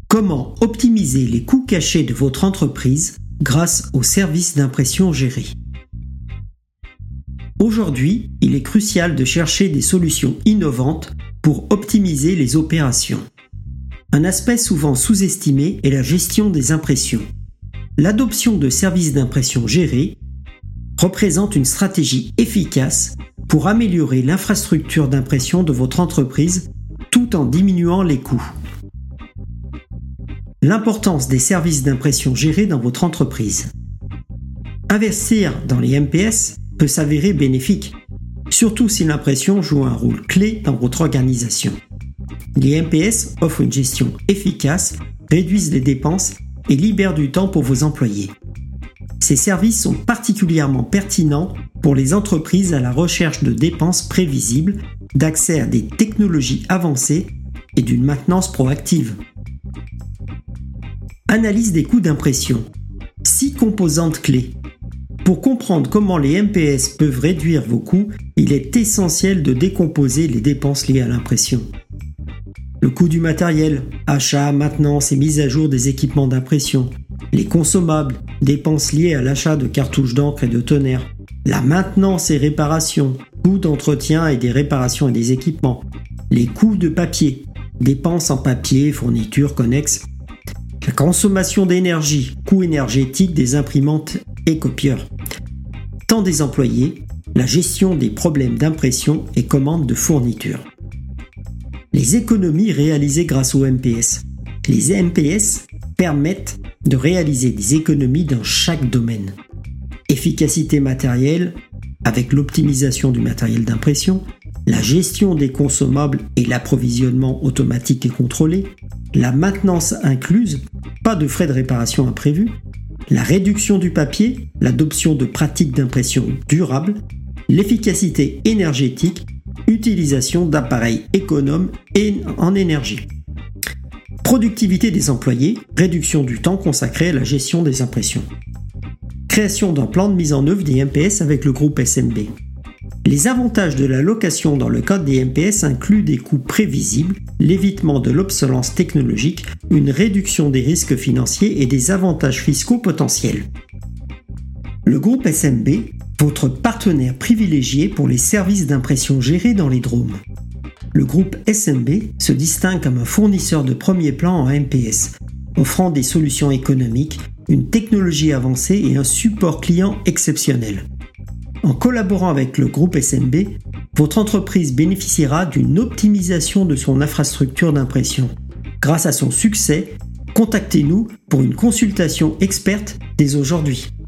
Comment optimiser les coûts cachés de votre entreprise grâce aux services d'impression gérés? Aujourd'hui, il est crucial de chercher des solutions innovantes pour optimiser les opérations. Un aspect souvent sous-estimé est la gestion des impressions. L'adoption de services d'impression gérés représente une stratégie efficace pour améliorer l'infrastructure d'impression de votre entreprise tout en diminuant les coûts. L'importance des services d'impression gérés dans votre entreprise. Investir dans les MPS peut s'avérer bénéfique, surtout si l'impression joue un rôle clé dans votre organisation. Les MPS offrent une gestion efficace, réduisent les dépenses et libèrent du temps pour vos employés. Ces services sont particulièrement pertinents pour les entreprises à la recherche de dépenses prévisibles, d'accès à des technologies avancées et d'une maintenance proactive. Analyse des coûts d'impression. 6 composantes clés. Pour comprendre comment les MPS peuvent réduire vos coûts, il est essentiel de décomposer les dépenses liées à l'impression. Le coût du matériel, achat, maintenance et mise à jour des équipements d'impression. Les consommables, dépenses liées à l'achat de cartouches d'encre et de toners. La maintenance et réparation, coûts d'entretien et des réparations et des équipements. Les coûts de papier, dépenses en papier, fournitures connexes. La consommation d'énergie, coûts énergétiques des imprimantes et copieurs. Temps des employés, la gestion des problèmes d'impression et commandes de fournitures. Les économies réalisées grâce aux MPS. Les MPS permettent de réaliser des économies dans chaque domaine. Efficacité matérielle, avec l'optimisation du matériel d'impression, la gestion des consommables et l'approvisionnement automatique et contrôlé, la maintenance incluse, pas de frais de réparation imprévus, la réduction du papier, l'adoption de pratiques d'impression durables, l'efficacité énergétique, utilisation d'appareils économes et en énergie. Productivité des employés, réduction du temps consacré à la gestion des impressions. Création d'un plan de mise en œuvre des MPS avec le groupe SMB. Les avantages de la location dans le cadre des MPS incluent des coûts prévisibles, l'évitement de l'obsolescence technologique, une réduction des risques financiers et des avantages fiscaux potentiels. Le groupe SMB, votre partenaire privilégié pour les services d'impression gérés dans les DROM. Le groupe SMB se distingue comme un fournisseur de premier plan en MPS, offrant des solutions économiques, une technologie avancée et un support client exceptionnel. En collaborant avec le groupe SMB, votre entreprise bénéficiera d'une optimisation de son infrastructure d'impression. Grâce à son succès, contactez-nous pour une consultation experte dès aujourd'hui.